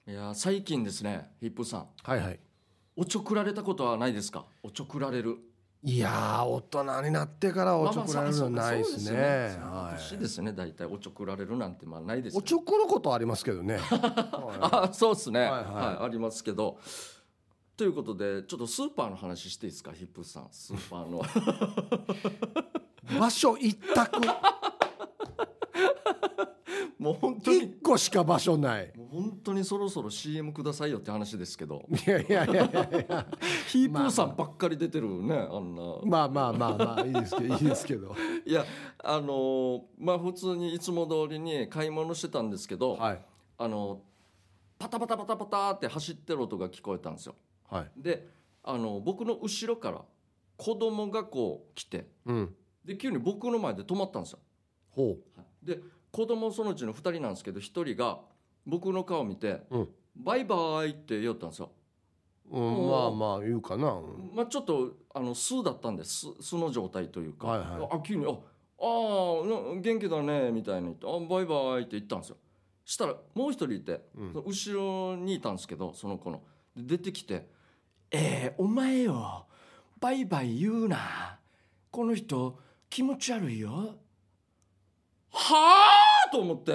いや最近ですね、ヒップさん、 はいはい。 おちょくられたことはないですか？おちょくられる。 いやー、大人になってからおちょくられるのないですね。 そうですよね。 は年ですね、大体おちょくられるなんてまあないですい。おね。 ちょくることはありますけどね。はあ、そうですね、 はいははいありますけど。ということでちょっとスーパーの話していいですか、ヒップさん。スーパーのい。場所一択。 もう本当に一個しか場所ない。 もう本当にそろそろ CM くださいよって話ですけど、 いやいやいやいや。 ヒープーさんばっかり出てるね、あんな。 まあまあまあまあいいですけどいいですけど。 いやまあ普通にいつも通りに買い物してたんですけど、 はいあのパタパタパタパタって走ってる音が聞こえたんですよ。 はい。 で僕の後ろから子供がこう来て、 うん。 で急に僕の前で止まったんですよ。 ほで子供そのうちの2人なんですけど、1人が僕の顔を見て、 う。うん。 バイバイって言ったんですよ。 まあまあ言うかな。 まあ、ちょっと素だったんです。素の状態というか、 はいはいあ急に元気だねみたいに言って、バイバイって言ったんですよ。したらもう一人いて、 うんその後ろにいたんですけど、その子ので出てきて、お前よバイバイ言うな、この人気持ち悪いよ。はあと思って、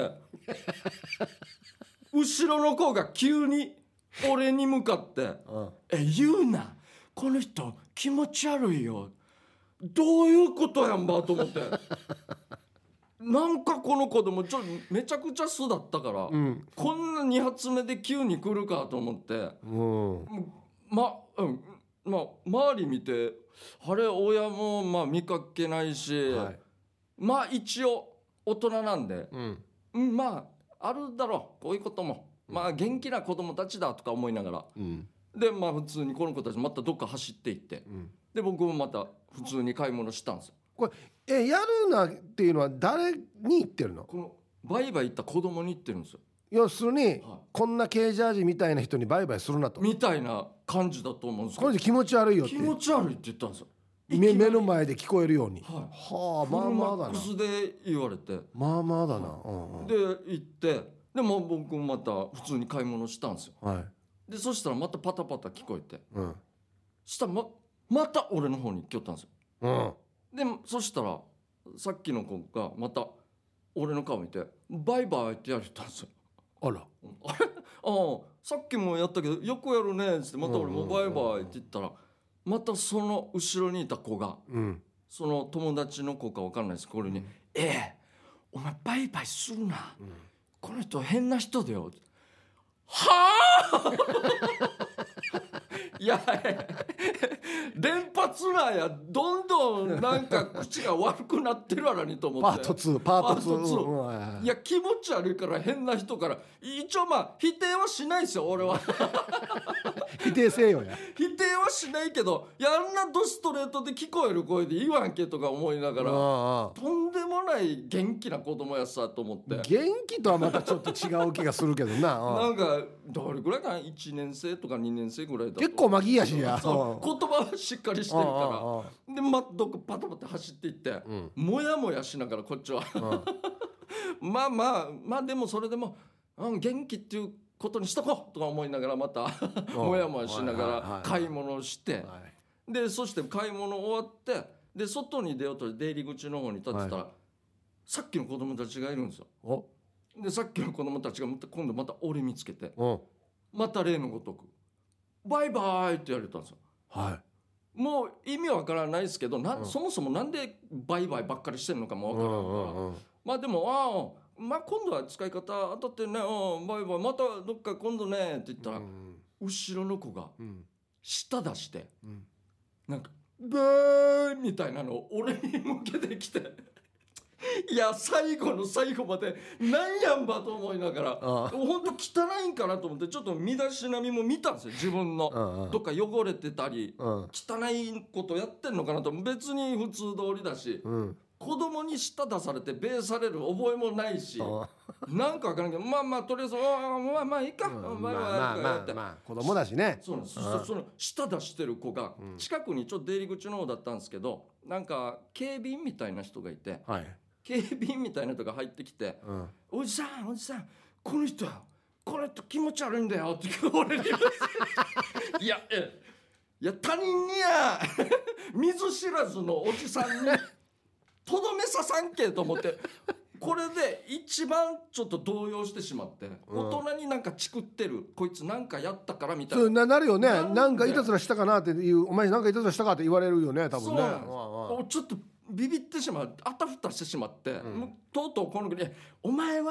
後ろの子が急に俺に向かってうん言うな、この人気持ち悪いよ。どういうことやんばと思ってなんかこの子でもめちゃくちゃ素だったから、 うんこんな2発目で急に来るかと思って、 うんまあ周り見て、あれ親もまあ見かけないし、 はい。 まあ一応大人なんで、まああるだろうこういうことも、まあ元気な子供たちだとか思いながら、 うんでまあ普通にこの子たちまたどっか走っていって、 うん。 で僕もまた普通に買い物したんですよ。 これやるなっていうのは誰に言ってるの？ このバイバイ行った子供に言ってるんですよ。 要するに、 はいこんなケージャージみたいな人にバイバイするなと。 みたいな感じだと思うんですけど、 この人気持ち悪いよって気持ち悪いって言ったんですよ。 目の前で聞こえるように。 はいはあ、まあまあだな。 フルマックスで言われて、 まあまあだな。うんうん。 で行って、でも僕もまた普通に買い物したんですよ。 はい。 でそしたらまたパタパタ聞こえて、 うんしたらまた俺の方に来よったんですよ。 うん。 でそしたらさっきの子がまた俺の顔見てバイバイってやれたんですよ。 あら。 あれさっきもやったけどよくやるねっつって、また俺もバイバイって言ったら、またその後ろにいた子が、 うんその友達の子か分かんないですけど、これにお前バイバイするな、この人変な人だよ。はあいや連発なや、どんどんなんか口が悪くなってるわらにと思って、 パート2パートパート2 2。うんはいはいいや気持ち悪いから変な人から一応まあ否定はしないですよ俺は否定せよや。 否定はしないけど、いやあんなドストレートで聞こえる声で言わんけとか思いながら、 あとんでもない元気な子供やさと思って、 元気とはまたちょっと違う気がするけどな。 なんかどれぐらいかな、1年生とか2年生ぐらいだと結構マギやしや。 そう言葉はしっかりしてるからで、どっかパタパタ走っていって、もやもやしながらこっちはまあでもそれでも、元気っていうことにしとこうとか思いながらまたもやもやしながら買い物をして、でそして買い物終わって、で外に出ようと出入り口の方に立ってたら、さっきの子供たちがいるんですよ。 おでさっきの子供たちが今度また俺見つけて、 うんまた例のごとくバイバイってやれたんですよ。 はいもう意味わからないですけど、そもそもなんでバイバイばっかりしてるのかもわからんから、まあでもまあ今度は使い方当たってるね、バイバイまたどっか今度ねって言ったら、後ろの子が舌出して、なんかブーンみたいなのを俺に向けてきていや最後の最後までなんやんばと思いながら、本当汚いんかなと思ってちょっと身だしなみも見たんですよ、自分の。どっか汚れてたり、汚いことやってんのかなと。別に普通通りだし、子供に舌出されてベーされる覚えもないし、なんかわからんけど、まあとりあえずまあいいか、バイバイって、 まあ子供だしね。 そうなんです。その舌出してる子が近くにちょっと出入り口の方だったんですけど、なんか警備員みたいな人がいて、 はい。 警備員みたいな人が入ってきて、おじさんこの人これと気持ち悪いんだよって俺にいや他人にや見ず知らずのおじさんにとどめささんけと思ってこれで一番ちょっと動揺してしまって、大人になんかチクってるこいつなんかやったからみたいな、 そうなるよね。なんかいたずらしたかなっていう、お前なんかいたずらしたかって言われるよね多分ね。 ちょっとビビってしまう、あたふたしてしまって、とうとうこの国にお前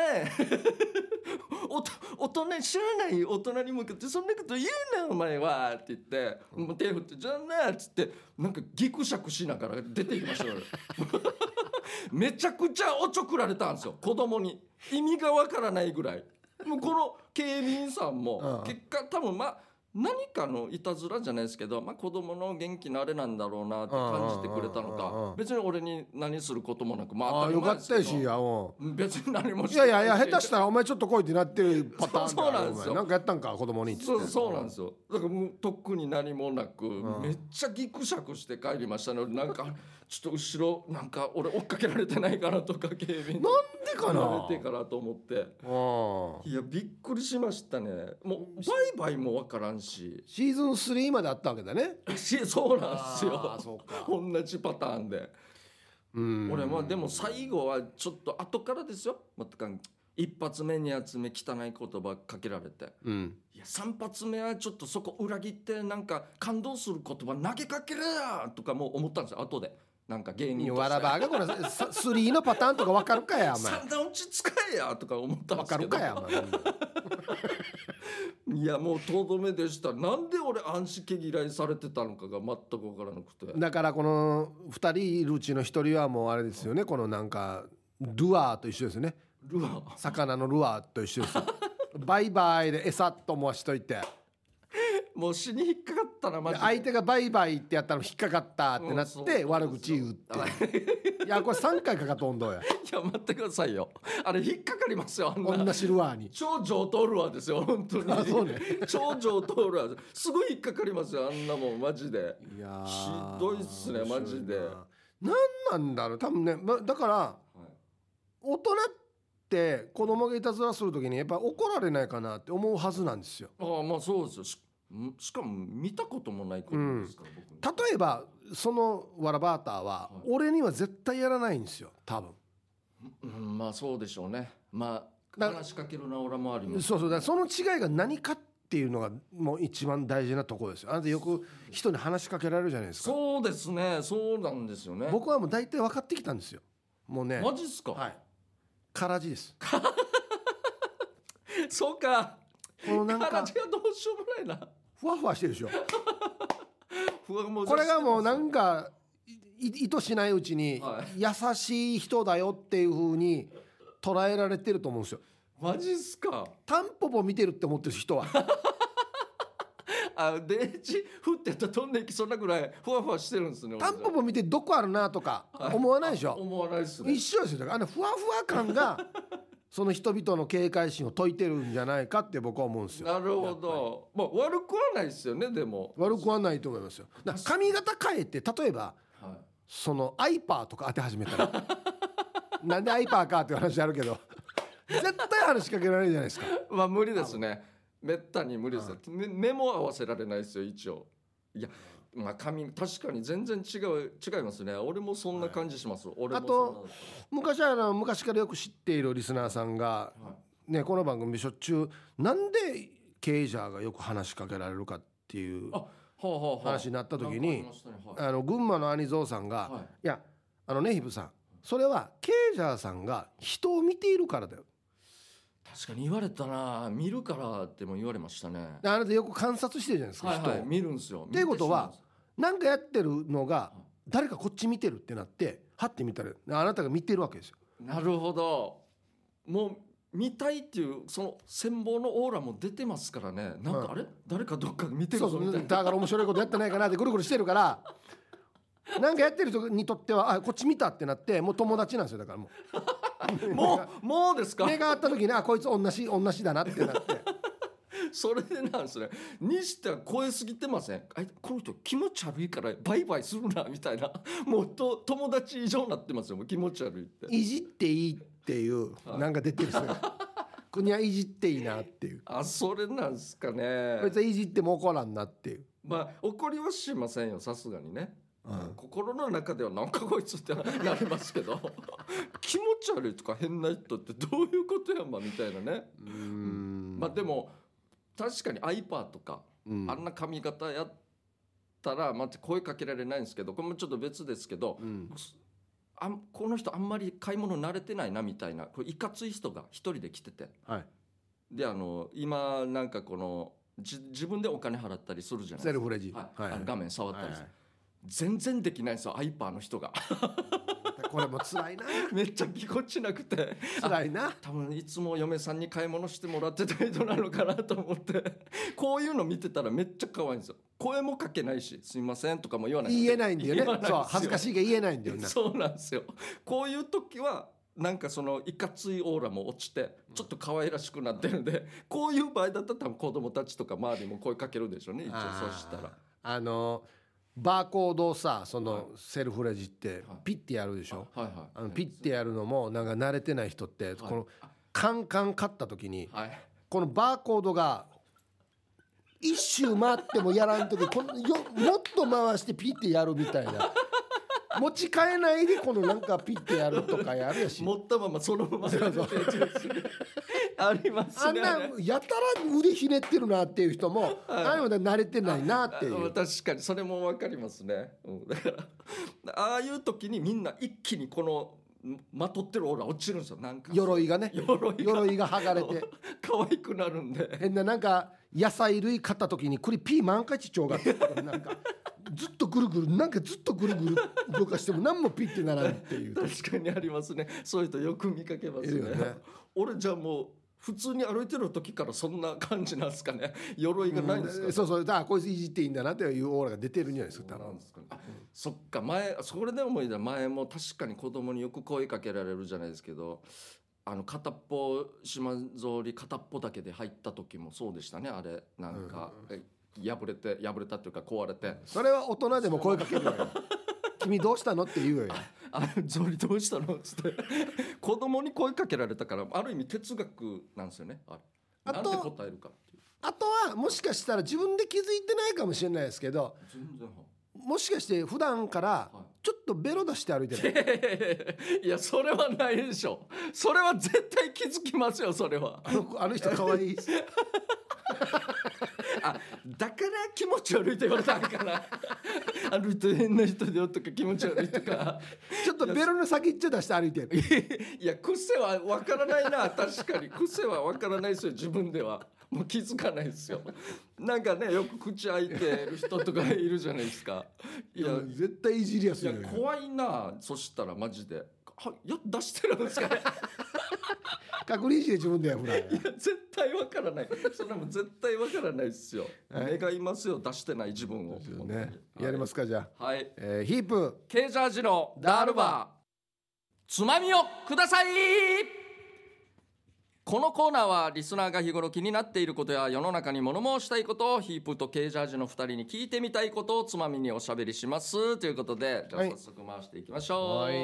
大人知らない大人に向けてそんなこと言うなお前はって言って、もう手振ってじゃあなっつってなんかギクシャクしながら出ていきましたよめちゃくちゃおちょくられたんですよ、子供に。意味がわからないぐらい。もうこの警備員さんも結果多分何かのいたずらじゃないですけど、子供の元気なあれなんだろうなって感じてくれたのか、別に俺に何することもなく、当たりよか前ですけどったしや別に何もしいてや下手したらお前ちょっと来いってなってるパターンだそうなんですよ。 なんかやったんか子供にって。 そうなんですよ。だからもうとっくに何もなく、めっちゃギクシャクして帰りましたので、なんかちょっと後ろなんか俺追っかけられてないかなとか警備員なんでかな言われてからと思って、いやびっくりしましたね。もうバイバイもわからんし、 シーズン3まであったわけだね。 そうなんですよ。 そうか同じパターンで。俺でも最後はちょっと後からですよ。一発目二発目汚い言葉かけられて、いや3発目はちょっとそこ裏切ってなんか感動する言葉投げかけるやとかも思ったんですよ後で。なんか芸人としてわらばがこれ3のパターンとか分かるかやお前。 三段落ち使えやとか思ったんですけど、 分かるかやお前いやもうとどめでした。なんで俺暗視毛嫌いされてたのかが全く分からなくて。 だからこの2人いるうちの1人はもうあれですよね、このなんかルアーと一緒ですね。 ルアー、 魚のルアーと一緒ですよバイバイで餌ともしといてもう死に引っかかったなマジで。 相手がバイバイってやったら引っかかったってなって悪口言うっていやこれ3回かかっとんどや。 いや待ってくださいよ、あれ引っかかりますよ。あんな同じルアーに超上等ルアーですよ本当に。 そうね超上等ルアーすごい引っかかりますよあんなもんマジで。 いやひどいっすねマジで。 なんなんだろう多分ね、だから大人って子供がいたずらするときにやっぱ怒られないかなって思うはずなんですよ。 そうですよ。しかも見たこともないことですから、僕例えばそのワラバーターは俺には絶対やらないんですよ多分。 そうでしょうね。話しかけるな俺もあります。 そうだ、その違いが何かっていうのがもう一番大事なところですよ。あなたよく人に話しかけられるじゃないですか。 そうですね、そうなんですよね。 僕はもう大体分かってきたんですよもうね。 マジっすか。 はい、からじですそうか、 このなんかからじがどうしようもないな。 ふわふわしてるでしょここれがもうなんか意図しないうちに優しい人だよっていう風に捉えられてると思うんですよ。 マジっすか。 タンポポ見てるって思ってる人はデージ降ってやったら飛んでいきそうなぐらいふわふわしてるんですね。 タンポポ見てどこあるなとか思わないでしょ。 思わないですね。 一緒ですよ。だからふわふわ感がその人々の警戒心を解いてるんじゃないかって僕は思うんですよ。 なるほど。悪くはないですよね。でも悪くはないと思いますよ。だから髪型変えて例えば、そのアイパーとか当て始めたらなんでアイパーかっていう話あるけど絶対話しかけられるじゃないですか。 無理ですね。めったに無理です。目も合わせられないですよ一応。いや髪確かに全然違いますね。俺もそんな感じします。俺もあと昔からよく知っているリスナーさんが、ね、この番組しょっちゅうなんでケイジャーがよく話しかけられるかっていう話になった時に、群馬の兄蔵さんが、いやねヒブさん、それはケイジャーさんが人を見ているからだよ。 確かに言われたな。見るからっても言われましたね。 あなたよく観察してるじゃないですか、人を。 見るんですよ。 っていうことはなんかやってるのが誰かこっち見てるってなってはって見たらあなたが見てるわけですよ。 なるほど。もう見たいっていうその羨望のオーラも出てますからね。なんかあれ、誰かどっか見てるぞみたいな。 だから面白いことやってないかなってぐるぐるしてるからなんかやってる人にとってはこっち見たってなってもう友達なんですよ。だからもうもうですか。 目が合った時にこいつ同じだなってなってそれでなんですね。にしては超えすぎてません？この人気持ち悪いからバイバイするなみたいな、もっと友達以上になってますよ。もう気持ち悪いっていじっていいっていう、なんか出てる人がくにゃいじっていいなっていう。 あ、それなんですかね。 別にいじっても怒らんなっていう。 まあ怒りはしませんよ、さすがにね。 うん、 心の中ではなんかこいつってなりますけど気持ち悪いとか変な人ってどういうことやんまみたいなね。まあでも確かにアイパーとか、あんな髪型やったらまた声かけられないんですけど、これもちょっと別ですけど、この人あんまり買い物慣れてないなみたいな、これいかつい人が一人で来てて、 はい、 で今なんかこの自分でお金払ったりするじゃないですか、 セルフレジ、 はいはい、画面触ったりする、全然できないんですよ、アイパーの人がこれも辛いなめっちゃぎこちなくて辛いな。 多分いつも嫁さんに買い物してもらってた人なのかなと思ってこういうの見てたらめっちゃ可愛いんですよ。声もかけないし、すいませんとかも言わない、 言えないんだよね。そう、恥ずかしいが言えないんだよね。 そうなんですよ。こういう時はなんかそのいかついオーラも落ちてちょっと可愛らしくなってるんで、こういう場合だったら多分子供たちとか周りも声かけるでしょうね、一応。そうしたらバーコードをさ、そのセルフレジってピッてやるでしょ、ピッてやるのもなんか慣れてない人って、このカンカン買った時に、このバーコードが一周回ってもやらん時もっと回してピッてやるみたいな持ち替えないでこのなんかピッてやるとかやるやし、 持ったままそのままありますね。 あんなやたら腕ひねってるなっていう人も、ああいうので慣れてないなっていう。 確かにそれも分かりますね、だからああいう時にみんな一気にこのまとってるオーラ落ちるんですよ。なんか鎧がね、鎧が剥がれて可愛くなるんで、 変ななんか野菜類買った時にこれピーマンかちちょうがなんかずっとぐるぐるなんかずっとぐるぐる動かしても何もピッてならんっていう確かにありますね。そういう人よく見かけます ね。俺じゃあもう普通に歩いてる時からそんな感じなんですかね。鎧がないんですか、 そうそう、だからこいついじっていいんだなっていうオーラが出てるんじゃないですか。 なんですかね。そっか、それでもいいだ。前も確かに子供によく声かけられるじゃないですけど、片っぽ島ぞり片っぽだけで入った時もそうでしたね。あれなんか、破れたっていうか壊れて、 それは大人でも声かけるよ君どうしたのって言うよゾリどうしたのっつって子供に声かけられたから、ある意味哲学なんですよね。なんて答えるかっていう。あとはもしかしたら自分で気づいてないかもしれないですけど、もしかして普段からちょっとベロ出して歩いてる、 いやそれはないでしょ。それは絶対気づきますよ。それはあの人かわいいだから気持ち悪いと言われたんかな歩いて変な人でよとか気持ち悪いとかちょっとベロの先っちょ出して歩いてるいや癖は分からないな。確かに癖は分からないですよ。自分ではもう気づかないですよ。なんかね、よく口開いてる人とかいるじゃないですか。 いや絶対いじりやすいよ。 いや怖いな。そしたらマジで出してるんですかね確認して自分でやるな。いや絶対わからない。それも絶対わからないですよ。願いますよ、出してない自分を、 ね。やりますか、じゃあ。 はい。 ヒープケージャージのダールバー、つまみをください。このコーナーはリスナーが日頃気になっていることや世の中に物申したいことをヒープとケージャージの2人に聞いてみたいことをつまみにおしゃべりしますということで、じゃあ早速回していきましょう。はい、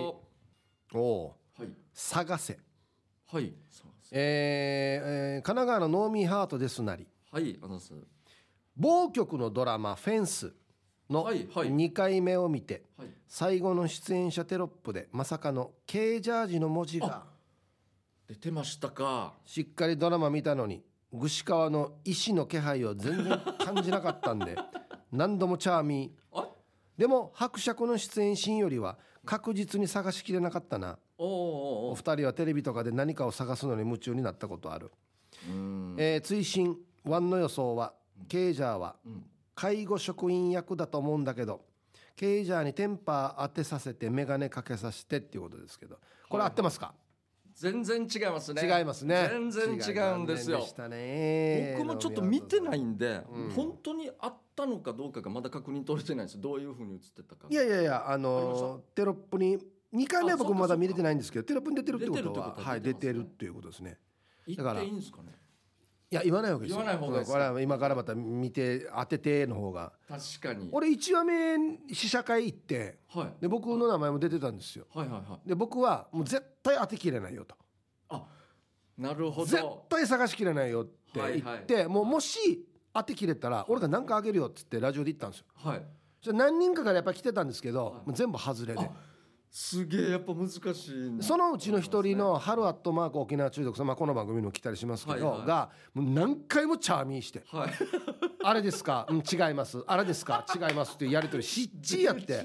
探せ。 はい、 神奈川のノーミーハートですなり。 はい、あざす。 某局のドラマフェンスの2回目を見て、最後の出演者テロップでまさかのケージャージの文字が出てましたか。 しっかりドラマ見たのに串川の意志の気配を全然感じなかったんで何度もチャーミー。でも伯爵の出演シーンよりは確実に探しきれなかったな。お二人はテレビとかで何かを探すのに夢中になったことある？追伸1の予想はケージャーは介護職員役だと思うんだけど、ケージャーにテンパー当てさせてメガネかけさせてっていうことですけど、これ合ってますか？ 全然違いますね。 違いますね。 全然違うんですよ。僕もちょっと見てないんで、本当にあったのかどうかがまだ確認取れてないんです。どういう風に映ってたか。 いやテロップに2回目は僕まだ見れてないんですけど、テロップに出てるってことははい出てるっていうことですね。 だからいいんですかね。 いや言わない方がいいですよ。 言わない方がいいです。 これは今からまた見て当てての方が。 確かに。 俺1話目試写会行って、で僕の名前も出てたんですよ。で僕はもう絶対当てきれないよと。 なるほど。 絶対探しきれないよって言って、はいはい、もし当てきれたら俺が何かあげるよっつってラジオで言ったんですよ。はい。じゃ何人かからやっぱ来てたんですけど、はい、全部外れで。 すげえやっぱ難しい。 そのうちの一人の春アットマーク沖縄中毒さん、まあ、この番組にも来たりしますけど、はいはい、がもう何回もチャーミーして、はい、あれですか、違います、あれですか、違いますっていうやり取りしっちりやって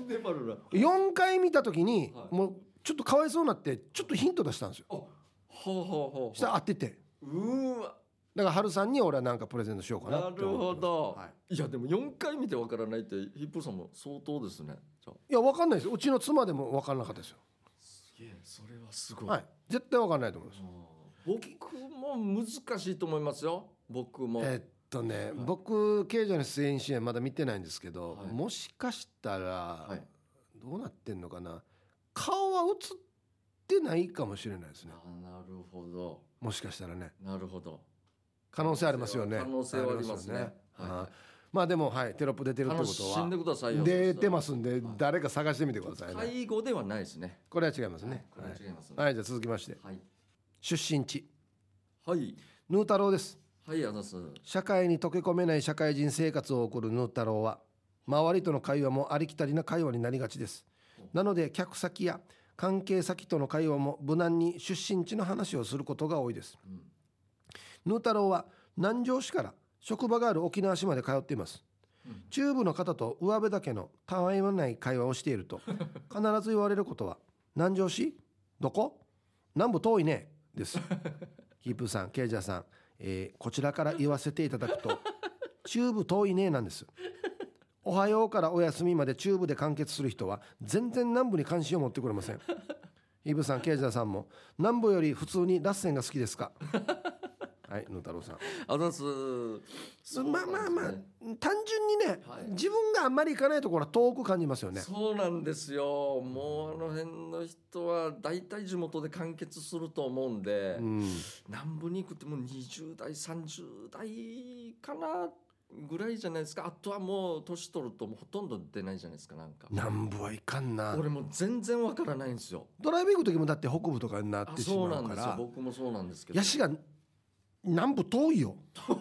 4回見た時に、はい、もうちょっとかわいそうになってちょっとヒント出したんですよ。ほうほうほう。したら当てて、わだから春さんに俺は何かプレゼントしようかなって思って。なるほど、はい、いやでも4回見てわからないってヒップさんも相当ですね。 いやわかんないですよ。うちの妻でもわからなかったですよ。 すげえ、それはすごい、 はい、絶対わかんないと思います。 僕も難しいと思いますよ。僕もはい、僕経済の出演支援まだ見てないんですけど、はい、もしかしたら、はい、どうなってんのかな、顔は映ってないかもしれないですね。 なるほど。 もしかしたらね。 なるほど。 可能性ありますよね。 可能性はありますね。はいはい、 まあでも、はい、テロップ出てるってことは楽しんでくださいよ。 出てますんで、はい、誰か探してみてくださいね。 介護ではないですね。 これは違いますね。 これは違いますね。 はい、はい、じゃあ続きまして、はい、出身地、 はい、 ヌー太郎です。 はい、あざす。 社会に溶け込めない社会人生活を送るヌー太郎は周りとの会話もありきたりな会話になりがちです。なので客先や関係先との会話も無難に出身地の話をすることが多いです。ヌー太郎は南城市から職場がある沖縄市まで通っています。中部の方と上辺だけのたわいもない会話をしていると必ず言われることは南城市どこ南部遠いねです。ヒープーさん、ケイジャーさん、こちらから言わせていただくと中部遠いねなんです。おはようからお休みまで中部で完結する人は全然南部に関心を持ってくれません。ヒープーさん、ケイジャーさんも南部より普通にラッセンが好きですか？はい、野太郎さん。 あざす。 まあまあまあ単純にね、はい、自分があんまり行かないところは遠く感じますよね。 そうなんですよ。もうあの辺の人は大体地元で完結すると思うんで、南部に行くってもう20代30代かなぐらいじゃないですか。あとはもう年取るともうほとんど出ないじゃないですか。なんか南部はいかんな。 俺も全然わからないんですよ。 ドライブ行く時もだって北部とかになってしまうから。 そうなんですよ。僕もそうなんですけど、 ヤシが南部遠いよ。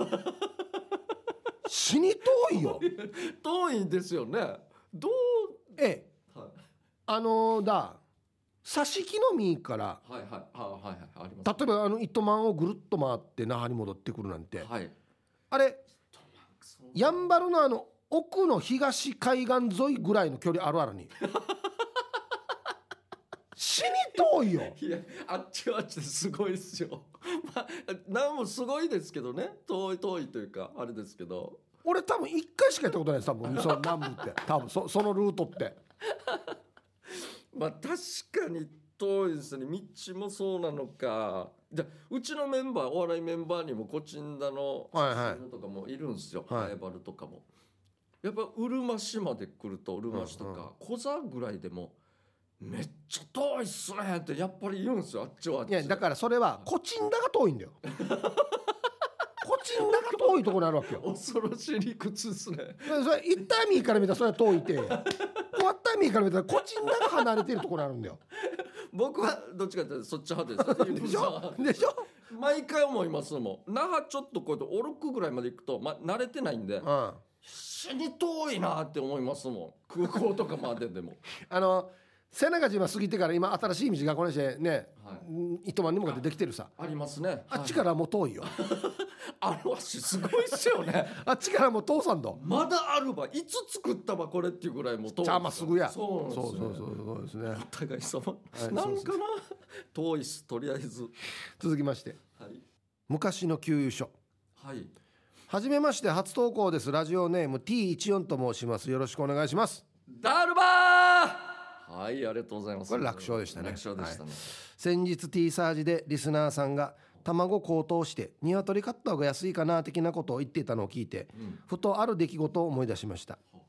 死に遠いよ。 遠いですよね。どうはい、だ佐敷の実から、 はいはいはいはい、あります、 例えば糸満をぐるっと回って那覇に戻ってくるなんて、 はい、 あれやんばるの奥の東海岸沿いぐらいの距離あるに死に遠いよ。 いやあっちはあっちですごいですよ。まあ何もすごいですけどね、遠いというかあれですけど、 俺多分1回しか行ったことないです。多分その南部って多分 そのルートってまあ確かに遠いですね。道もそうなのか。じゃうちのメンバー、お笑いメンバーにもコチンダのとかもいるんですよ。ハエバルとかもやっぱうるま市まで来ると、うるま市とか小座ぐらいでもめっちゃ遠いっすねってやっぱり言うんですよ。あっちはあっち。 いやだからそれはコチンダが遠いんだよ。コチンダが遠いところにあるわけよ。 恐ろしい理屈ですね。 それ行った意味から見たらそれは遠いて、終わった意味から見たらコチンダが離れてるところにあるんだよ。 僕はどっちかというとそっち派です。 でしょでしょ。 毎回思いますもん。那覇ちょっとこうやってオルクぐらいまで行くと、慣れてないんで、死に遠いなって思いますもん。空港とかまででも瀬長島過ぎてから今新しい道がこの人ね、はい、糸満に向かってできてるさ。 ありますね。 あっちからもう遠いよ。 あの足すごいっすよね。 あっちからもう遠さんだ。 まだあるばいつ作ったばこれっていうぐらいもう遠い。 じゃあまあすぐや。 そうそうですね。 お互い様、はい、なんかな遠いっす。とりあえず続きまして、 はい、 昔の給油所。 はい。 はじめまして、初投稿です。ラジオネーム T14 と申します。よろしくお願いします。 ダルバー。はい、ありがとうございます。 これ楽勝でしたね。 楽勝でしたね。はい、 先日 T サージでリスナーさんが卵高騰して鶏買った方が安いかな的なことを言っていたのを聞いて、ふとある出来事を思い出しました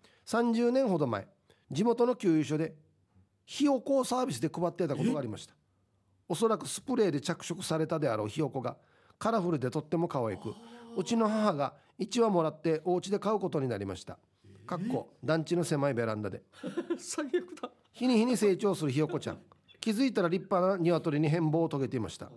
。30年ほど前、地元の給油所でひよこをサービスで配っていたことがありました。おそらくスプレーで着色されたであろうひよこがカラフルでとっても可愛く、うちの母が1羽もらってお家で飼うことになりました。かっこ団地の狭いベランダで最悪だ。 日に日に成長するひよこちゃん、気づいたら立派な鶏に変貌を遂げていました。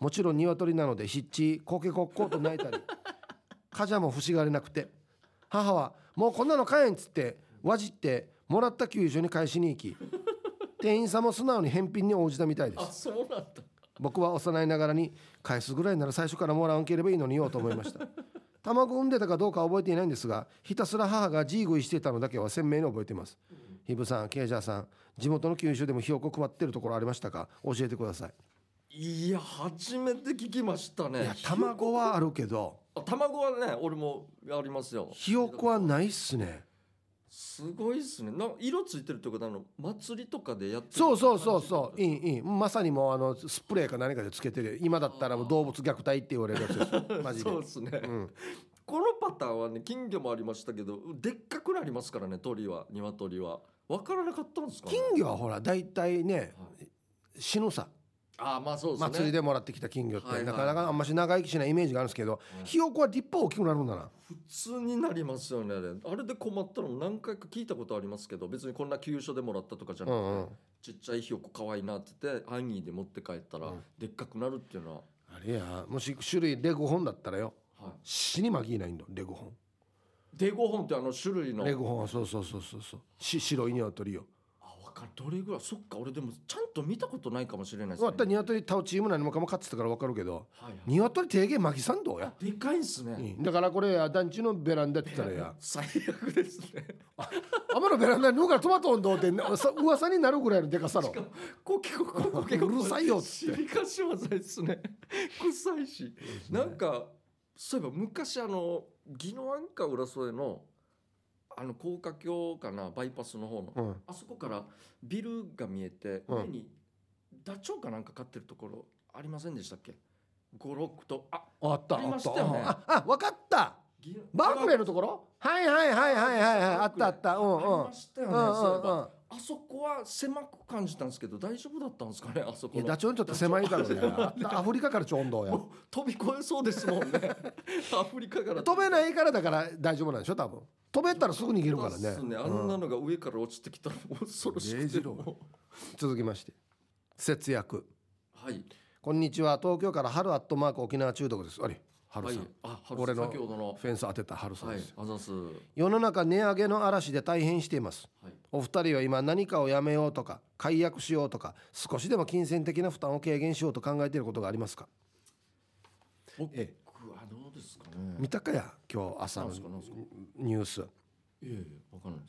もちろん鶏なので湿地コケコッコと鳴いたりカジャも欲しがれなくて、母はもうこんなの買えんっつってわじってもらった給所に返しに行き、店員さんも素直に返品に応じたみたいです。 あ、そうなんだ。 僕は幼いながらに返すぐらいなら最初からもらわんければいいのによと思いました。卵産んでたかどうかは覚えていないんですが、ひたすら母がジーグイしていたのだけは鮮明に覚えています。ヒブさん、ケイジャーさん、地元の給所でもひよこ配ってるところありましたか？教えてください。 いや、初めて聞きましたね。 いや、卵はあるけど、 卵はね、俺もありますよ。 ひよこはないっすね。 すごいっすね。色ついてるってことは祭りとかでやってる。 そういいまさにもうスプレーか何かでつけてる。今だったらもう動物虐待って言われるやつですマジで。 そうですね、このパターンはね、金魚もありましたけど、でっかくなりますからね、鶏は、鶏は。分からなかったんですかね。 金魚はほら大体ね、死ぬさ。 あ、まあそうですね。 祭りでもらってきた金魚って、なかなかあんまし長生きしないイメージがあるんですけど、ひよこは立派大きくなるんだな。 普通になりますよね。あれで困ったのも何回か聞いたことありますけど、別にこんな給所でもらったとかじゃなくて、ちっちゃいひよこ可愛いなって言って安易で持って帰ったら、でっかくなるっていうのはあれや。もし種類レゴ本だったらよ、死にまぎいないんだ。レゴ本、 レゴ本って種類のレゴ本はそう白い鶏よ。 どれぐらい、そっか、俺でもちゃんと見たことないかもしれないですね。鶏タオチーム何もかも勝ってたから分かるけど、鶏定芸巻きさんどうや。 でかいんすね。 だからこれ団地のベランダって言ったらや最悪ですね。 あまのベランダに脱ぐからトマト温度って噂になるぐらいのでかさろ。 コケうるさいよって。 シリカシワザいですね。臭いし、なんかそういえば昔宜野湾か浦添の高架橋かな、バイパスの方の、あそこからビルが見えて、上にダチョウかなんか飼ってるところありませんでしたっけ？5、6とあったありましたよね。 分かった。バークレーのところ、はいあったありましたよね。あそこは狭く感じたんですけど、大丈夫だったんですかね。あそこのダチョウにとって狭いだろうね。アフリカからちょうどや飛び越えそうですもんね。アフリカから飛べないからだから大丈夫なんでしょ多分。飛べたらすぐ逃げるからね。 あんなのが上から落ちてきたら恐ろしくて。 続きまして、節約。 はい、 こんにちは、東京から春アットマーク沖縄中毒です。あれ春さん、俺のフェンス当てた春さんです。世の中値上げの嵐で大変しています、お二人は今何かをやめようとか解約しようとか少しでも金銭的な負担を軽減しようと考えていることがありますか？ 僕はどうですかね。 見たかや今日朝のニュース。 分かんないです。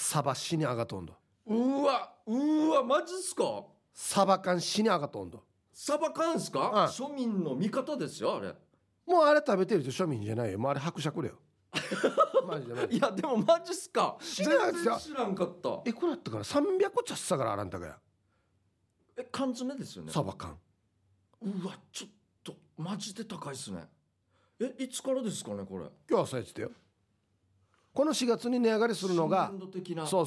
サバ死に上がっとんど。 うわマジっすか？ サバ缶死に上がっとんど。 サバ缶っすか？庶民の味方ですよあれ。 もうあれ食べてる人庶民じゃないよ。もうあれ伯爵だよ。マジで。 いやでもマジっすか？知らんかった。 これだったから300個ちゃっさからあらんたかや。 缶詰ですよね。 サバ缶。 うわちょっとマジで高いっすね。いつからですかねこれ。 今日朝やってたよ。この4月に値上がりするのがそう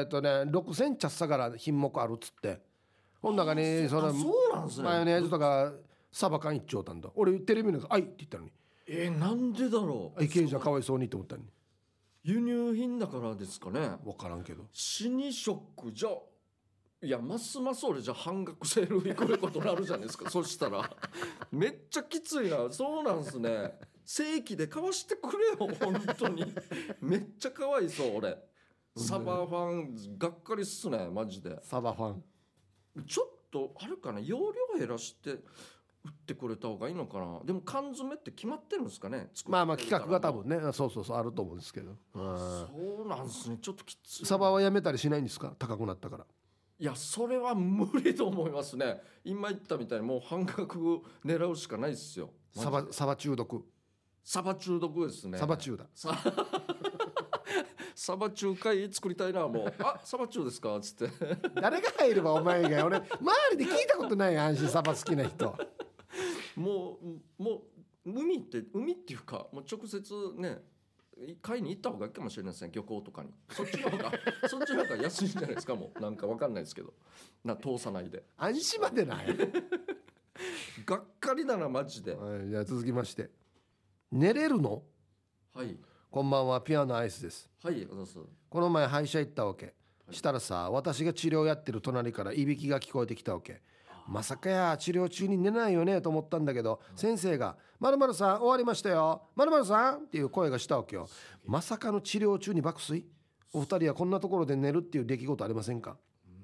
6000ちゃっさから品目あるっつって、この中にそのマヨネーズとかサバ缶一丁たんだ。俺テレビの中「あい」って言ったのになんでだろう。 ケイジャーかわいそうにって思ったのに。 輸入品だからですかね。 分からんけど死にショックじゃ。いやますます俺じゃ半額セール行くことになるじゃないですか。そしたらめっちゃきついな。そうなんすね。正規で買わしてくれよ本当に。めっちゃかわいそう俺。サバファンがっかりっすねマジで。 サバファンちょっとあるかな、容量減らして売ってくれた方がいいのかな。でも缶詰って決まってるんですかね。 まあ企画が多分ねそうあると思うんですけど。 そうなんですね。ちょっときつい。 サバはやめたりしないんですか？高くなったから。 いやそれは無理と思いますね。今言ったみたいにもう半額狙うしかないですよ。 サバ中毒。 サバ中毒ですね。 サバ中だ。 サバ中会作りたいなもう。サバ中ですかっつって。 誰が入ればお前が。俺周りで聞いたことない安心サバ好きな人。 もう海っていうかもう直接ね買いに行った方がいいかもしれないですね。漁港とかに。そっちの方が安いんじゃないですか。もうなんかわかんないですけど通さないで。 安心までない。 がっかりだなマジで。 じゃあ続きまして、寝れるの？ はい、 こんばんは、ピアノアイスです。 はい、この前歯医者行ったわけ。したらさ、私が治療やってる隣からいびきが聞こえてきたわけ。 まさかや治療中に寝ないよねと思ったんだけど、先生が〇〇さん終わりましたよ〇〇さんっていう声がしたわけよ。まさかの治療中に爆睡。お二人はこんなところで寝るっていう出来事ありませんか？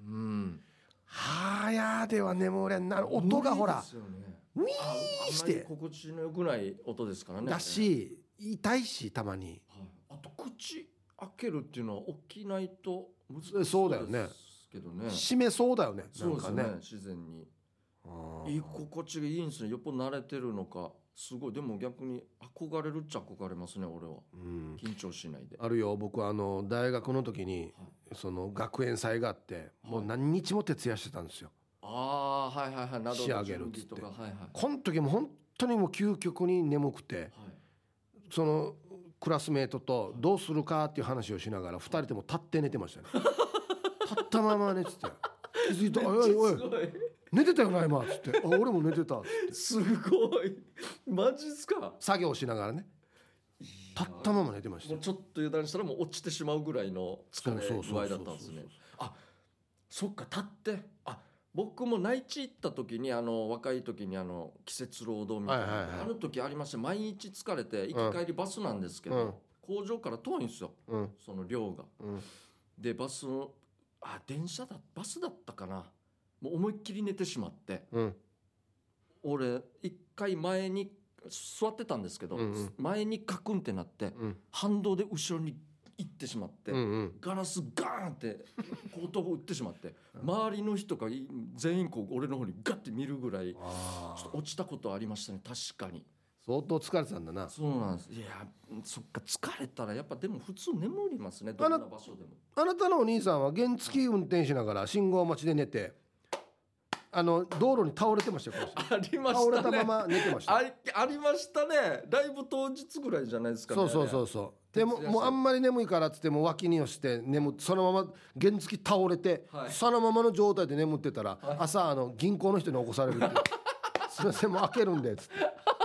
はやでは眠れんな。音がほらウィーして心地の良くない音ですからね。 だし痛いし、たまに、 あと口開けるっていうのは起きないと難しいですそうだよねけどね。 締めそうだよね。 そうですよね、 なんかね自然に居心地がいいんですね。よっぽど慣れてるのかすごい。でも逆に憧れるっちゃ憧れますね俺は、緊張しないで。 あるよ。僕は大学の時に、その学園祭があって、もう何日も徹夜してたんですよ。 はいはいはい。など仕上げるっつって、 とか、はいはい、 この時も本当にもう究極に眠くて、そのクラスメートとどうするかっていう話をしながら2人とも立って寝てましたね。立ったまま寝てて気づいたおいおい寝てたよな今っつって俺も寝てたっつってすごいマジっすか。 作業しながらね立ったまま寝てました。 もうちょっと油断したらもう落ちてしまうぐらいの疲れ具合だったんですね。そっか立って僕も内地行った時に若い時に季節労働みたいな、あの時ありました。毎日疲れて行き帰りバスなんですけど、工場から遠いんですよ、その寮が、でバスバスだったかな。もう思いっきり寝てしまって、俺一回前に座ってたんですけど、前にカクンってなって、反動で後ろに行ってしまって、ガラスガーンって後頭部打ってしまって周りの人が全員こう俺の方にガッて見るぐらいちょっと落ちたことありましたね。確かに相当疲れてたんだな。 そうなんです。いやそっか疲れたらやっぱでも普通眠りますね。どんな場所でも。 あなたのお兄さんは原付運転しながら信号待ちで寝て道路に倒れてましたよ。 ありましたね。 倒れたまま寝てました。 ありましたね。ライブ当日ぐらいじゃないですかね。 そうでもうあんまり眠いからっつっても脇に押してそのまま原付倒れて、そのままの状態で眠ってたら、朝銀行の人に起こされるってすいませんもう開けるんでっつって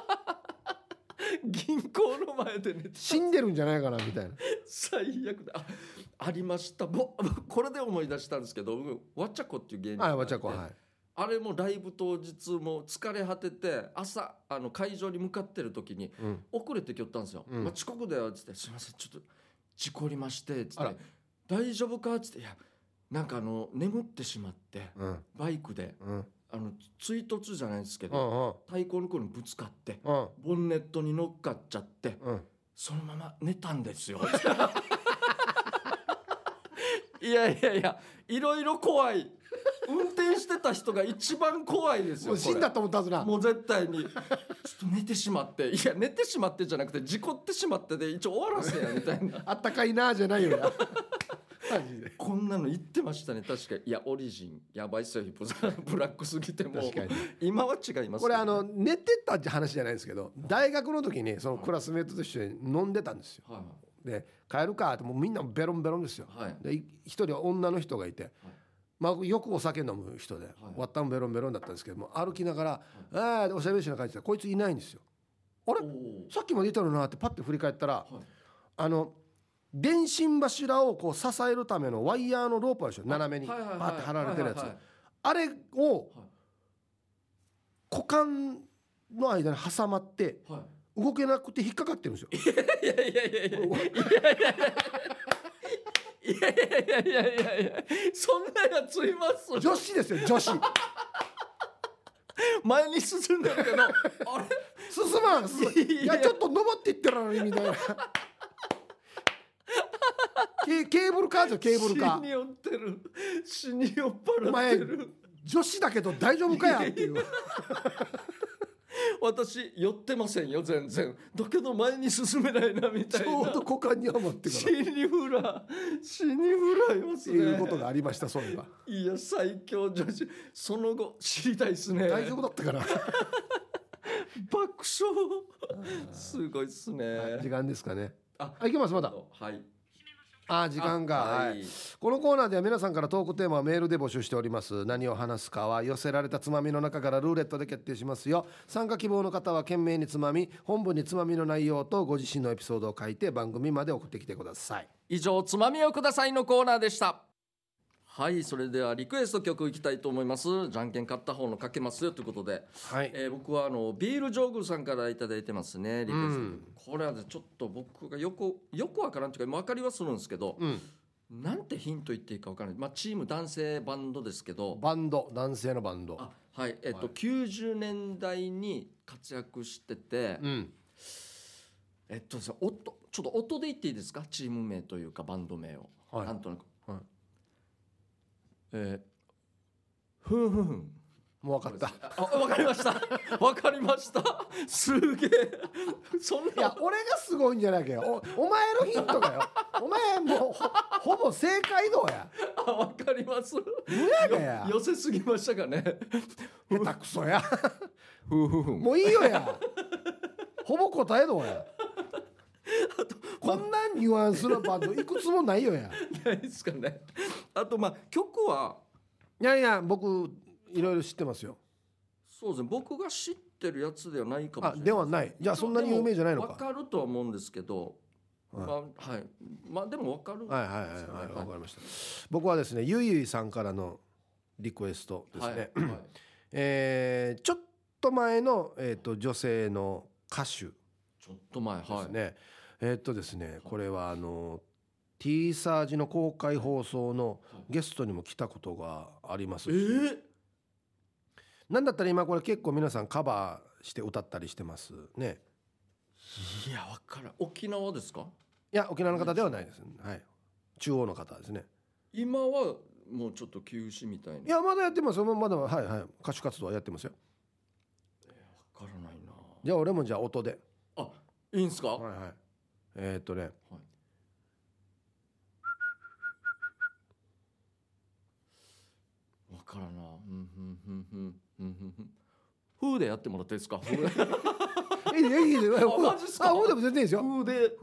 銀行の前で寝て死んでるんじゃないかなみたいな。 最悪だ。ありました。これで思い出したんですけど、わちゃこっていう芸人わちゃこ、 あれもライブ当日も疲れ果てて朝会場に向かってる時に、遅れてきよったんですよ、遅刻だよっつって、すいませんちょっと事故りましてっつって、大丈夫かっつって、いやなんか眠ってしまって、バイクで、追突じゃないですけど、対向の子にぶつかって、ボンネットに乗っかっちゃって、そのまま寝たんですよ。いやいろいろ怖い。運転してた人が一番怖いですよ。 もう死んだと思ったはずな。 もう絶対にちょっと寝てしまって、いや寝てしまってじゃなくて事故ってしまってで一応終わらせやみたいな。 あったかいなじゃないよな。マジでこんなの言ってましたね。確かに。いやオリジンやばいっすよヒップさん。ブラックすぎても今は違います、ね、 これ寝てたって話じゃないですけど、大学の時にそのクラスメートと一緒に飲んでたんですよ、で帰るかってもうみんなベロンベロンですよ、で一人は女の人がいて、よくお酒飲む人で、わったんベロンベロンだったんですけども、歩きながら、おしゃべりしな感じでこいついないんですよ。あれさっきまでいたのなってパッて振り返ったら、電信柱をこう支えるためのワイヤーのロープあるでしょ、斜めにパッて張られてるやつ、あれを股間の間に挟まって動けなくて引っかかってるんですよ。 いやそんなやついます。 女子ですよ女子。 前に進んでるけどあれ進まん。いやちょっと登っていってるのにみたいな。ケーブルカーじゃケーブルカー。 死に寄ってる。死に酔っ払ってる。 女子だけど大丈夫かやっていう。 私寄ってませんよ全然。だけど前に進めないなみたいな。 ちょうど股間にはまってから死にフラいますね。 っていうことがありました。それがいや最強女子。その後知りたいですね。 大丈夫だったかな。 爆笑。すごいですね。 時間ですかね。いきますまだ。 はい。 時間が、このコーナーでは皆さんからトークテーマをメールで募集しております。何を話すかは寄せられたつまみの中からルーレットで決定しますよ。参加希望の方は懸命につまみ、本文につまみの内容とご自身のエピソードを書いて番組まで送ってきてください。 以上つまみをくださいのコーナーでした。 はい、それではリクエスト曲いきたいと思います。じゃんけん勝った方のかけますよということで、 はい、 僕はビールジョーグさんからいただいてますね、リクエスト、これはちょっと僕がよくわからんというか分かりはするんですけど、なんてヒント言っていいか分からない、チーム男性バンドですけど、 男性のバンド、 はい、90年代に活躍してて、ちょっと音で言っていいですか、チーム名というかバンド名を、なんとなく、ふんふんふん、 もう分かった。 分かりました分かりました、すげえ、そんな、 いや俺がすごいんじゃないかよ、お前のヒントかよお前もうほぼ正解度や。 分かります、 無やがや、 寄せすぎましたかね、 下手くそやふんふんふん、 もういいよやほぼ答え度やこんなニュアンスのバンドいくつもないよや。 ないですかね。あと曲はいや僕いろいろ知ってますよ。 そうですね、僕が知ってるやつではないかもしれない。 ではない。じゃあそんなに有名じゃないのか。 分かるとは思うんですけど、でも分かる。 はい分かりました。僕はですね、ゆいゆいさんからのリクエストですね。ちょっと前の女性の歌手、ちょっと前ですね。ですね、これはT サージの公開放送のゲストにも来たことがありますし、なんだったら今これ結構皆さんカバーして歌ったりしてますね。 いや分からん、沖縄ですか？ いや沖縄の方ではないです、はい、中央の方ですね。 今はもうちょっと休止みたいな。 いやまだやってますよ、まだ歌手活動はやってますよ。 分からないな。 じゃあ俺も音で、 いいんすか？ 分からんな。ふーでやってもらっていいですか？ いいでマジっすか？ でも全然いいですよ。 ふーで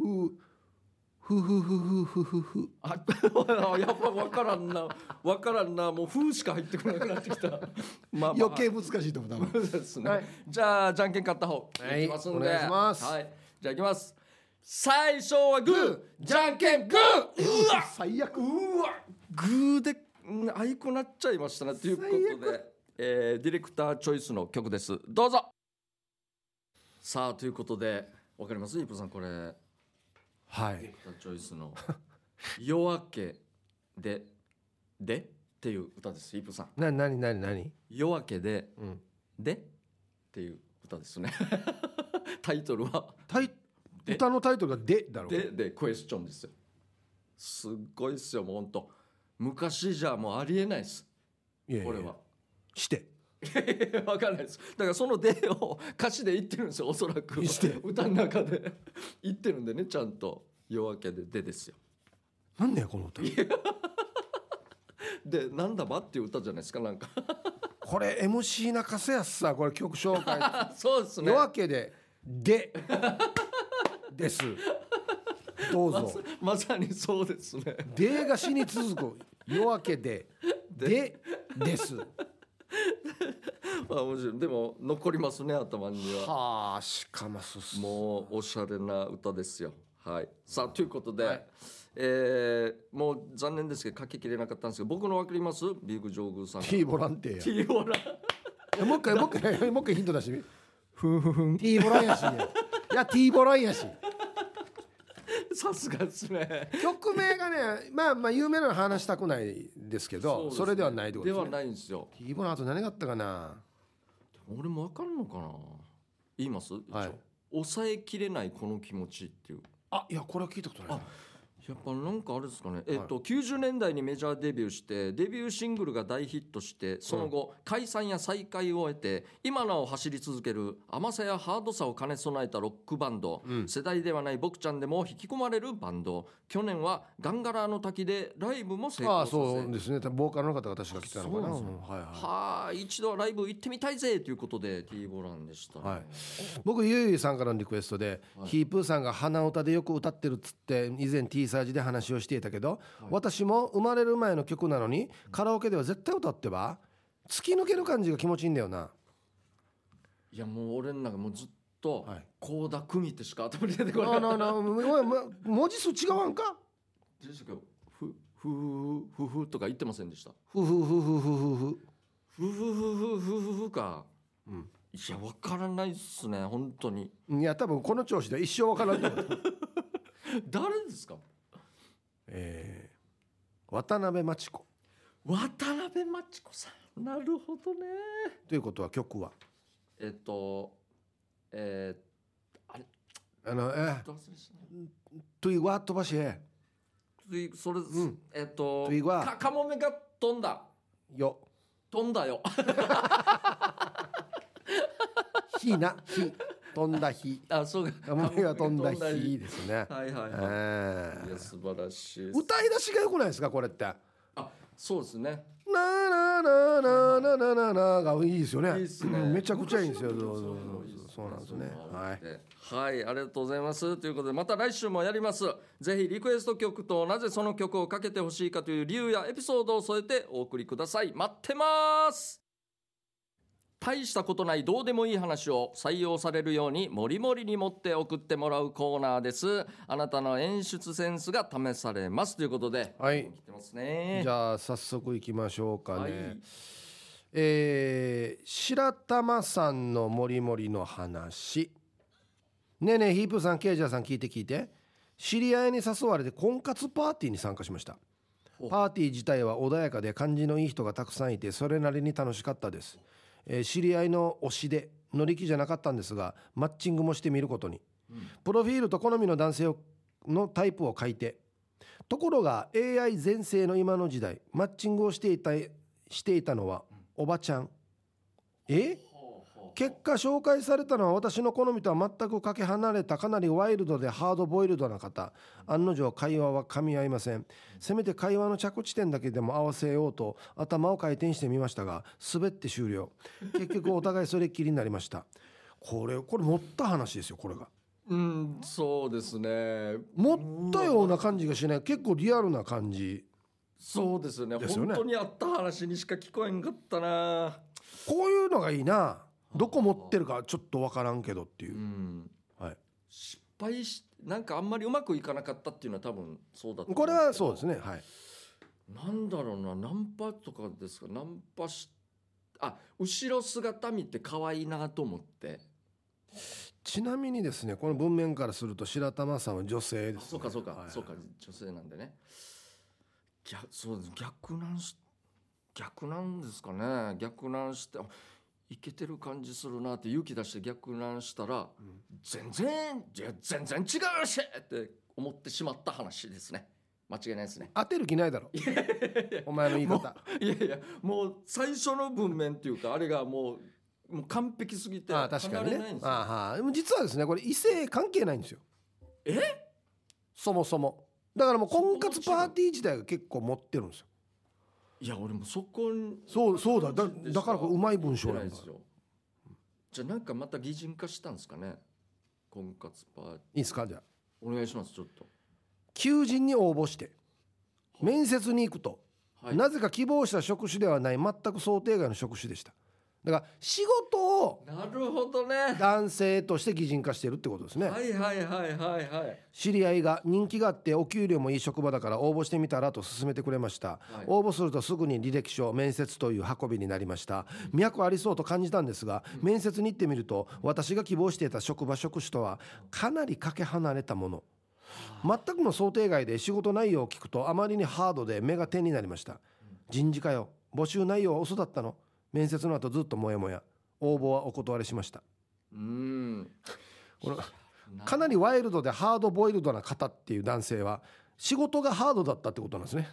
やっぱ分からんな、もうふーしか入ってこなくなってきた。 余計難しいと思うですね。じゃあじゃんけん勝った方いきますんで、 お願いします。 じゃあいきます。最初はグー、じゃんけんグー。うわ最悪。 グーであいこなっちゃいましたね。ということで、ディレクターチョイスの曲です。どうぞ。さあということで、わかります？イープさんこれ。ディレクターチョイスの夜明けでっていう歌です。イープさん。 何？ 夜明けで、でっていう歌ですね。タイトルは歌のタイトルがでだろう。 でクエスチョンですよ。すっごいですよ、もうほんと昔じゃもうありえないです。これはしてわかんないです。だからそのでを歌詞で言ってるんですよ、おそらく歌の中で言ってるんでね、ちゃんと夜明けでですよ。 なんだよこの歌でなんだばっていう歌じゃないですか、なんかこれ MC 中瀬やさ、これ曲紹介そうですね。 夜明けでですどうぞ。 まさにそうですね。 でが死に続く夜明けです面白い。でも残りますね、頭には。 しかももうおしゃれな歌ですよ。さあということで、もう残念ですけど書ききれなかったんですけど、僕の分かります？ビーグ上宮さん T ボランティア。 T ボランもう一回ヒント出してみ。T ボランやし、いや T ボランやし。 さすがですね。 曲名がね、まあ有名なの話したくないですけど、それではないってことですね。 ではないんですよ。 T ボラン、あと何があったかな。 俺も分かるのかな。言います？抑えきれないこの気持ちっていう。 いやこれは聞いたことないな。 やっぱなんかあれですかね、90年代にメジャーデビューして、デビューシングルが大ヒットして、その後、解散や再開を終えて今なお走り続ける甘さやハードさを兼ね備えたロックバンド、世代ではない僕ちゃんでも引き込まれるバンド。去年はガンガラの滝でライブも成功させ、 そうですね、ボーカルの方が確か来たのかな。 一度はライブ行ってみたいぜということで T ボランでした、 僕ゆいゆいさんからのリクエストで、ヒープーさんが鼻歌でよく歌ってるっつって以前 T サージで話をしていたけど、私も生まれる前の曲なのにカラオケでは絶対歌ってば突き抜ける感じが気持ちいいんだよな。 いやもう俺の中もうずっと倖田來未ってしか頭に出てこない。 文字数違わんか。 ふふふとか言ってませんでした？ ふふふふふふふふふふふふふか。 うん。 いやわからないっすね本当に。 いや多分この調子で一生わからない誰ですか？ 渡辺真知子渡辺真知子さん。なるほどね。 ということは曲はあれどう忘れしたね。トゥイワ飛ばしへそれ、 んトゥイワカモメが飛んだよ飛んだよひなひ飛んだ日あそうかカモメが飛んだ日ですね。 はいはいはい、いや素晴らしい。 歌い出しが良くないですかこれって。 あそうですね。 なななななななながいいですよね。 いいですね。 めちゃくちゃいいんですよ。 そうなんですね。 はい、ありがとうございますということでまた来週もやります。ぜひリクエスト曲となぜその曲をかけてほしいかという理由やエピソードを添えてお送りください。待ってます。大したことないどうでもいい話を採用されるようにもりもりに持って送ってもらうコーナーです。あなたの演出センスが試されますということで、 はい、 来てますね。 じゃあ早速いきましょうかね。 はい、 白玉さんのもりもりの話。ねえねえヒープさんケイジャーさん聞いて知り合いに誘われて婚活パーティーに参加しました。パーティー自体は穏やかで感じのいい人がたくさんいてそれなりに楽しかったです。知り合いの推しで乗り気じゃなかったんですがマッチングもしてみることに、プロフィールと好みの男性のタイプを書いて、ところが AI 全盛の今の時代マッチングをしていたのはおばちゃん。結果紹介されたのは私の好みとは全くかけ離れたかなりワイルドでハードボイルドな方。案の定会話は噛み合いません。せめて会話の着地点だけでも合わせようと頭を回転してみましたが滑って終了。結局お互いそれっきりになりました。これ持った話ですよこれが。 そうですね。 持ったような感じがしない。結構リアルな感じ。 そうですよね。本当にあった話にしか聞こえんかったな。 こういうのがいいな。どこ持ってるかちょっと分からんけどっていう、はい、 失敗なんかあんまりうまくいかなかったっていうのは多分そうだと思う。 これはそうですね。はい。 なんだろうな、ナンパとかですか。ナンパ後ろ姿見て可愛いなと思って。 ちなみにですねこの文面からすると白玉さんは女性です、ね、 そうか、そうか女性なんでね。そうです。逆なんですかね。逆難していけてる感じするなって勇気出して逆難したら、全然違うしって思ってしまった話ですね。間違いないですね。 当てる気ないだろお前の言い方。 いやもう最初の文面っていうかあれがもう完璧すぎて離れないんですよ。 でも実はですねこれ異性関係ないんですよ。そもそもだからもう婚活パーティー自体が結構持ってるんですよ。 いや俺もそこにそうだからこれうまい文章なんだ。 じゃあなんかまた擬人化したんですかね婚活パーティー。いいですか。じゃあお願いします。ちょっと求人に応募して面接に行くと、なぜか希望した職種ではない全く想定外の職種でした。だから仕事をなるほどね男性として擬人化してるってことですね。 はい。 知り合いが人気があってお給料もいい職場だから応募してみたらと勧めてくれました、応募するとすぐに履歴書面接という運びになりました。脈ありそうと感じたんですが、面接に行ってみると私が希望していた職種とはかなりかけ離れたもの。全くの想定外で仕事内容を聞くとあまりにハードで目が点になりました。人事かよ、募集内容は嘘だったの。面接の後ずっとモヤモヤ。応募はお断りしました。このかなりワイルドでハードボイルドな方っていう男性は仕事がハードだったってことなんですね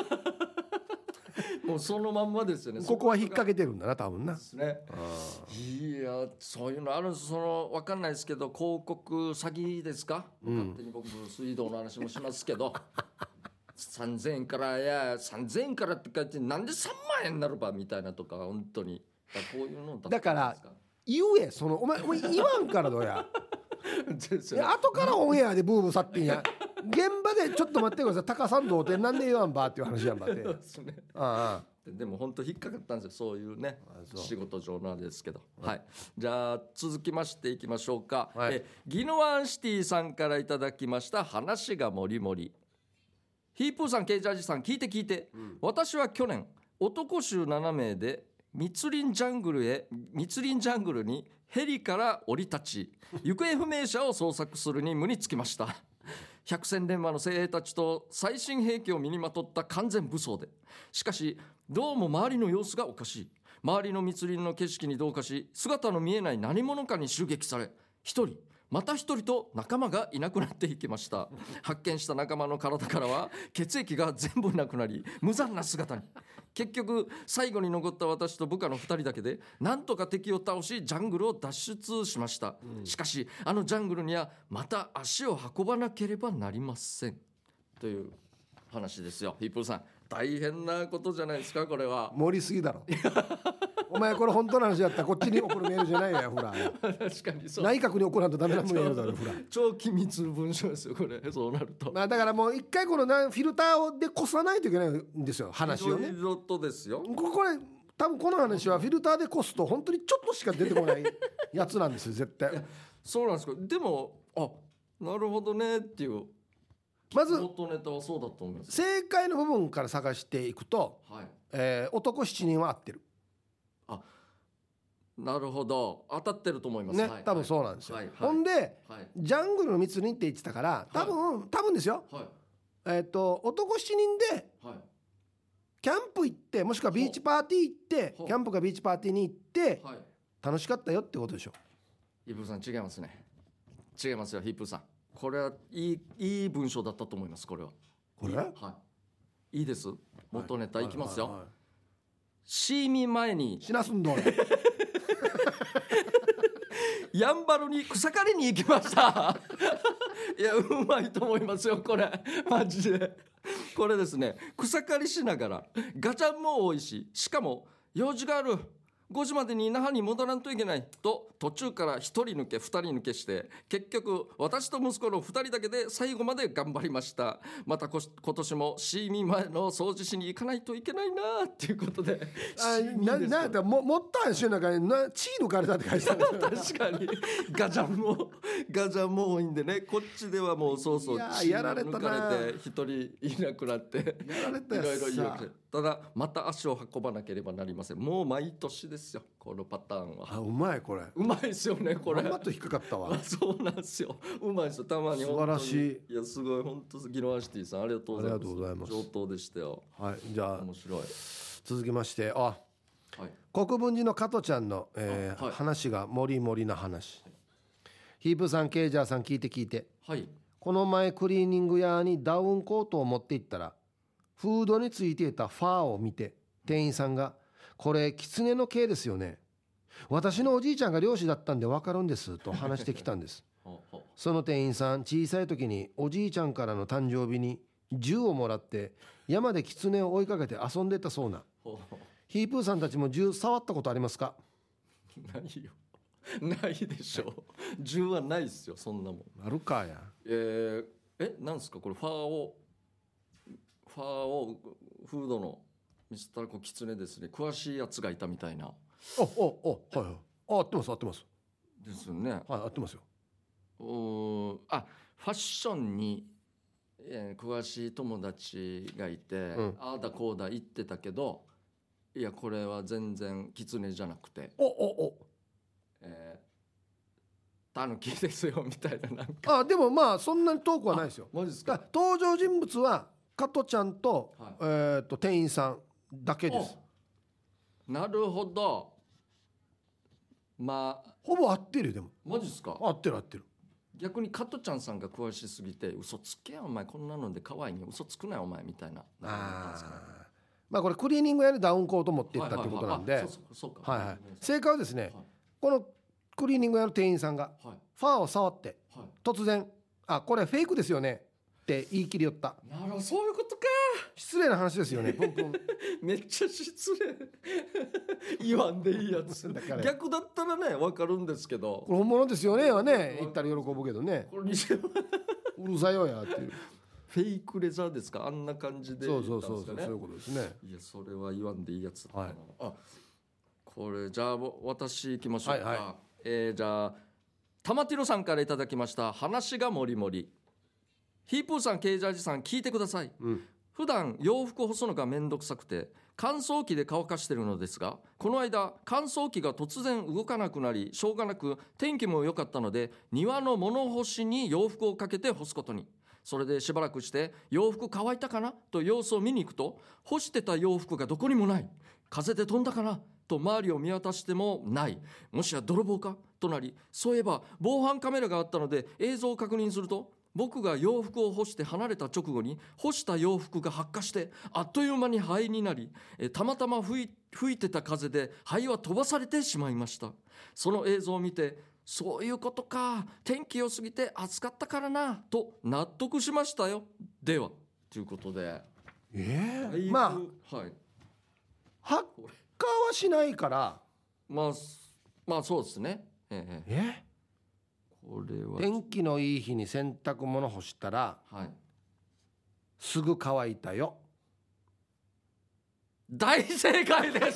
もうそのまんまですよね。 ここは引っ掛けてるんだな多分なですね。いやそういうのあるんです。分かんないですけど広告詐欺ですか、勝手に僕水道の話もしますけど3000円から3000円からって書いてなんで3万円になるばみたいなとか本当にこういうのだから言えお前言わんからどうやいや後からオンエアでブーブーさってんや現場でちょっと待ってください高さんどうってなんで言わんばっていう話やんばって。 でも本当引っかかったんですよそういうね仕事上なんですけど、じゃあ続きましていきましょうか、ギノワンシティさんからいただきました話がもりもり。 ヒープーさん、ケイジャージさん、聞いて、私は去年男衆7名で密林ジャングルにヘリから降り立ち行方不明者を捜索する任務に就きました。百戦錬磨の精鋭たちと最新兵器を身にまとった完全武装で、しかしどうも周りの様子がおかしい。周りの密林の景色に同化し、姿の見えない何者かに襲撃され、一人また一人と仲間がいなくなっていきました。発見した仲間の体からは血液が全部なくなり、無残な姿に。結局最後に残った私と部下の2人だけでなんとか敵を倒しジャングルを脱出しました。しかしあのジャングルにはまた足を運ばなければなりません、という話ですよ。ヒップーさん、大変なことじゃないですか。これは盛りすぎだろお前これ本当の話だったらこっちに送るメールじゃないよ、ほら確かにそう、 内閣に送らんとダメなメールだろ、ほら超機密文書ですよこれ。そうなると、 まあだからもう一回このフィルターで越さないといけないんですよ、話をね。 いろいろとですよ。 これ多分この話はフィルターで越すと本当にちょっとしか出てこないやつなんですよ絶対。 そうなんですか。でもなるほどねっていう、 まず元ネタはそうだと思います。 正解の部分から探していくと、 はい、 男7人は合ってる。 なるほど、当たってると思いますね、 はい、 多分そうなんですよ、 はいはい、 ほんで、 はい、 ジャングルの密林って言ってたから多分ですよ、 はい、 男7人でキャンプ行って、もしくはビーチパーティー行って、キャンプかビーチパーティーに行って、はい、楽しかったよってことでしょ。 ヒップーさん違いますね。違いますよヒップーさん、これはいい文章だったと思います。これはこれ、 はい、いいです。元ネタいきますよ、 はいはいはいはい、 シーミン前にしなすんどれやんばるに草刈りに行きましたいや、うまいと思いますよこれマジで。これですね、草刈りしながらガチャンも多いし、しかも用事がある、5時までに那覇に戻らんといけないと途中から1人抜け2人抜けして、結局私と息子の2人だけで最後まで頑張りました。また今年もシーミ前の掃除しに行かないといけないなっていうことで、 なんだもっと安心な感じ、チー抜かれたって書いてたんですよ確かにガジャンも多いんでね、こっちではもうそうチー抜かれて1人いなくなってやられたやいろいろ言うけど、ただまた足を運ばなければなりません。もう毎年ですよこのパターンは。 うまい、これうまいですよねこれ。 まっと引っかかったわそうなんですよ、うまいですよたまに。 素晴らしい。 いやすごい本当、ギノアシティさんありがとうございます。上等でしたよ。 はい、じゃあ面白い。 続きまして、はい、国分寺の加トちゃんの、はい、話がもりもりな話、はい、ヒープさん、ケイジャーさん、聞いて、はい、この前クリーニング屋にダウンコートを持って行ったら、フードについていたファーを見て店員さんが、これ狐の毛ですよね、私のおじいちゃんが漁師だったんで分かるんですと話してきたんですその店員さん、小さい時におじいちゃんからの誕生日に銃をもらって山で狐を追いかけて遊んでたそうな。ヒープーさんたちも銃触ったことありますか？ ないよないでしょ銃はないですよ、そんなもん。 あるかや。 なんですかこれ、ファーをフードの見せたら狐ですね、詳しいやつがいたみたいな。 はいはい、合ってますですよね。はい、 合ってますよ。 ファッションに、詳しい友達がいて、ああだこうだ言ってたけど、いやこれは全然狐じゃなくてタヌキですよみたいな、なんか。 でもまあそんなに遠くはないですよ。 マジですか。 登場人物は加トちゃんと、はい、店員さんだけです。 なるほど。まあほぼ合ってるよ。でもマジですか。 合ってる。 逆に加トちゃんさんが詳しすぎて、嘘つけやお前、こんなので可愛いに嘘つくなよお前みたいな。 まあこれクリーニング屋でダウンコート持っていったってことなんで、正解はですね、このクリーニング屋の店員さんがファーを触って、突然これフェイクですよねって言い切りよった。 なるほど、そういうことか。 失礼な話ですよね。プンプンめっちゃ失礼言わんでいいやつ逆だったらね分かるんですけど、 これ本物ですよねはね言ったら喜ぶけどね、 これうるさいよやっていうフェイクレザーですか、あんな感じで言ったんですかね。 そういうことですね。 いやそれは言わんでいいやつだな、これじゃあ私行きましょうか。じゃあ玉ティロさんからいただきました話がもりもり。 ヒープーさん、ケイジャージさん、聞いてください。普段洋服を干すのがめんどくさくて乾燥機で乾かしてるのですが、この間乾燥機が突然動かなくなり、しょうがなく天気も良かったので庭の物干しに洋服をかけて干すことに。それでしばらくして洋服乾いたかなと様子を見に行くと、干してた洋服がどこにもない。風で飛んだかなと周りを見渡してもない。もしや泥棒かとなり、そういえば防犯カメラがあったので映像を確認すると、僕が洋服を干して離れた直後に干した洋服が発火してあっという間に灰になり、たまたま吹いてた風で灰は飛ばされてしまいました。その映像を見て、そういうことか、天気良すぎて暑かったからなと納得しましたよ。ではということで、 まあ、はい、 発火はしないから、 まあそうですね。これは天気のいい日に洗濯物干したら、 はい、 すぐ乾いたよ。 大正解です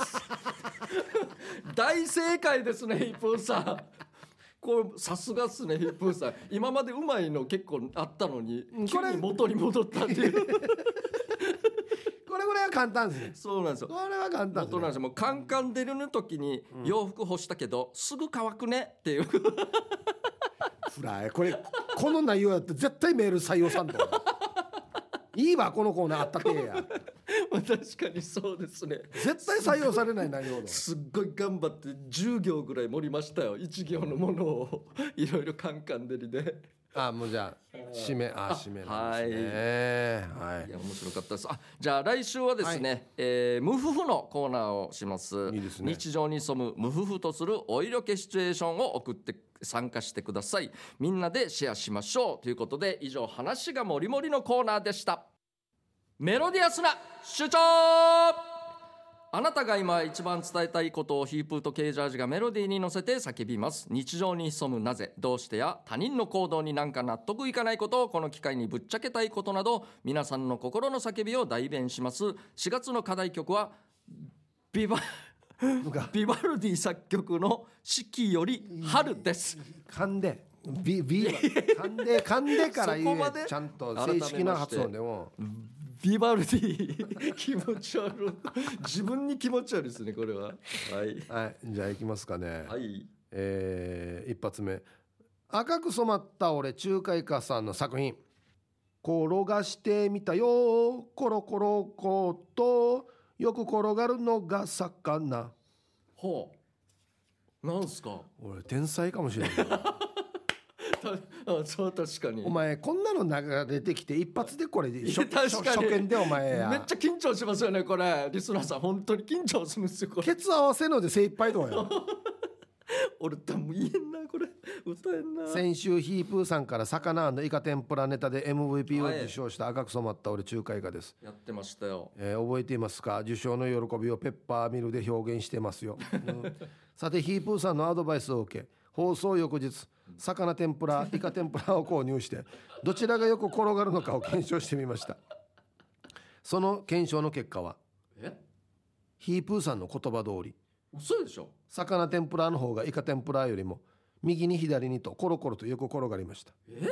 大正解ですね、ヒップーさん。これさすがっすね、ヒップーさん。今までうまいの結構あったのに急に元に戻ったっていうこれぐらいは簡単ですね。 そうなんですよ。 これは簡単ですね。 元なんですよ。もうカンカン出るの時に洋服干したけど、すぐ乾くねっていうフライ、この内容やって絶対メール採用さんといいわ、このコーナーあったけや確かにそうですね。 絶対採用されない内容だ。 すっごい頑張って10行ぐらい盛りましたよ、1行のものをいろいろカンカン出りで。 もうじゃあ締めなんですね。 はい、いや面白かったです。じゃあ来週はですね、無夫婦のコーナーをします。 いいですね。 日常に潜む無夫婦とするお色気シチュエーションを送って参加してください。みんなでシェアしましょうということで、以上話がもりもりのコーナーでした。メロディアスな主張。あなたが今一番伝えたいことをヒープーとケイジャージがメロディーに乗せて叫びます。日常に潜むなぜ、どうしてや他人の行動になんか納得いかないことをこの機会にぶっちゃけたいことなど、皆さんの心の叫びを代弁します。4月の課題曲はビバルディ作曲の四季より春です。 噛んで噛んでから言え、ちゃんと正式な発音でもビバルディ気持ち悪い自分に気持ち悪いですね、これは。 はい、じゃあ行きますかね。 はい、 一発目、赤く染まった俺中華イカさんの作品、転がしてみたよコロコロコーとよく転がるのが魚。 ほう、なんすか。 俺天才かもしれないそう、確かに。 お前こんなの流れてきて一発でこれ初見でお前やめっちゃ緊張しますよね、これ。リスナーさん本当に緊張するんですよ、これ。 ケツ合わせので精一杯どうや俺多分言えんな、これ歌えんな。 先週ヒープーさんから魚&イカ天ぷらネタで MVP を受賞した赤く染まった俺中華イカです。 やってましたよ。 覚えていますか。受賞の喜びをペッパーミルで表現してますよ、さてヒープーさんのアドバイスを受け、放送翌日魚天ぷらイカ天ぷらを購入してどちらがよく転がるのかを検証してみました。その検証の結果はヒープーさんの言葉通り、 嘘でしょ。 魚天ぷらの方がイカ天ぷらよりも右に左にとコロコロとよく転がりました。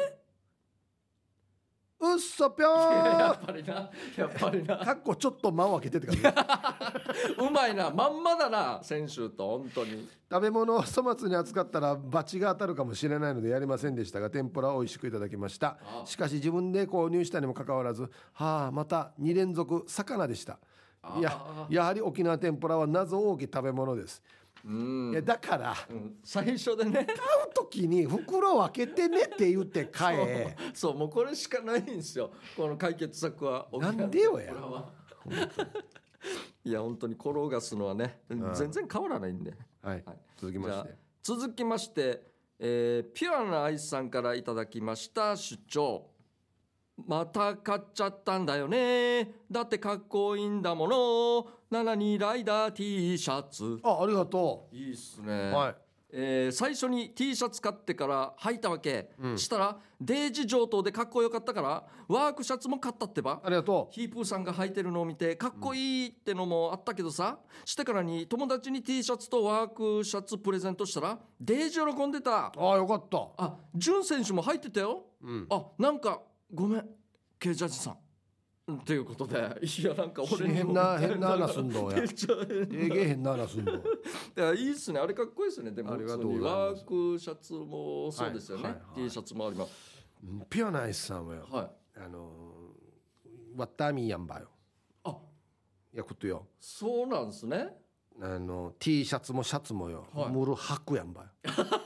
うっそぴょーやっぱりなかっこちょっと間を空けてって感じうまいな、まんまだな、先週と。本当に食べ物を粗末に扱ったら罰が当たるかもしれないのでやりませんでしたが、天ぷらを美味しくいただきました。しかし自分で購入したにもかかわらず、また2連続魚でした。やはり沖縄天ぷらは謎多き食べ物です。いやだから、 最初でね、 買う時に袋を開けてねって言って買え。 そうもうこれしかないんですよ、この解決策は。 なんでよやいや本当に転がすのはね、全然変わらないんで。 続きまして、ピュアなアイスさんからいただきました出張。また買っちゃったんだよね、だってかっこいいんだもの、72ライダー T シャツ。 ありがとう。いいっすね。最初に T シャツ買ってから履いたわけ、したらデージ上等でかっこよかったからワークシャツも買ったってば。 ありがとう。ヒープーさんが履いてるのを見てかっこいいってのもあったけどさ、してからに友達に T シャツとワークシャツプレゼントしたらデージ喜んでた。 よかった。 ジュン選手も履いてたよ。なんかごめんケイジャージさんということで、いやなんか俺に変な話すんどや変な話すんどいやいいっすね、あれかっこいいっすね。でもありがとうございますワークシャツもそうですよね、 はいはいはい、 T シャツもあります。 ピュアナイスさんはよ、 はい、 ワッターミーやんばよ、 あやことよ、 そうなんですね。 T シャツもシャツもよ、 はい、 ムル履くやんばよ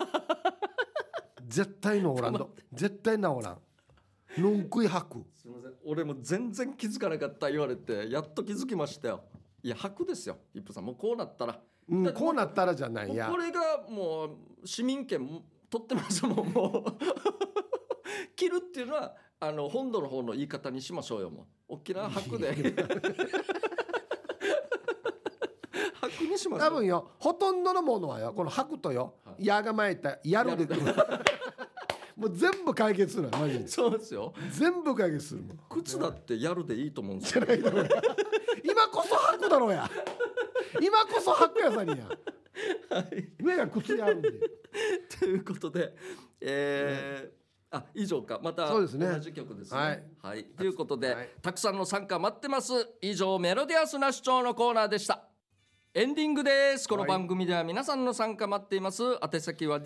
絶対のおらんど絶対なおらんのんくい履く。 すみません、俺も全然気づかなかった言われてやっと気づきましたよ。いや白ですよイップさん、もうこうなったら、 こうなったらじゃないや、 これがもう市民権取ってますもん。もう着るっていうのは本土の方の言い方にしましょうよ。もう大きな白で白にしましょう。 多分よほとんどのものはよこの白とよ、はい、矢が巻いたやるでくるもう全部解決するのマジで。 そうですよ、 全部解決するもん。 靴だってやるでいいと思うんですよ。 今こそ白だろうや今こそ白やさにや、 はい、 上が靴やるんでということで以上か、また同じ曲ですね。はい、はい、ということで、はい、たくさんの参加待ってます。以上メロディアスな主張のコーナーでした。エンディングです。この番組では皆さんの参加待っています。宛先は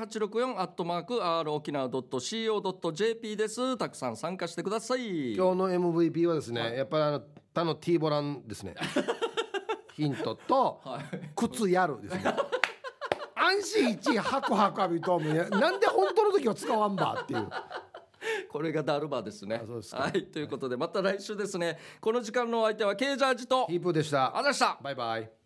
db864@r-okinawa.co.jp です。たくさん参加してください。 今日の MVP はですね、はい、やっぱり他の T ボランですねヒントと、はい、靴やるですね安心1位ハクハク浴びとなんで本当の時は使わんばっていうこれがダルバですね。 そうですはい、ということでまた来週ですね。この時間のお相手はケイジャージとヒープーでした。 あざした。 バイバイ。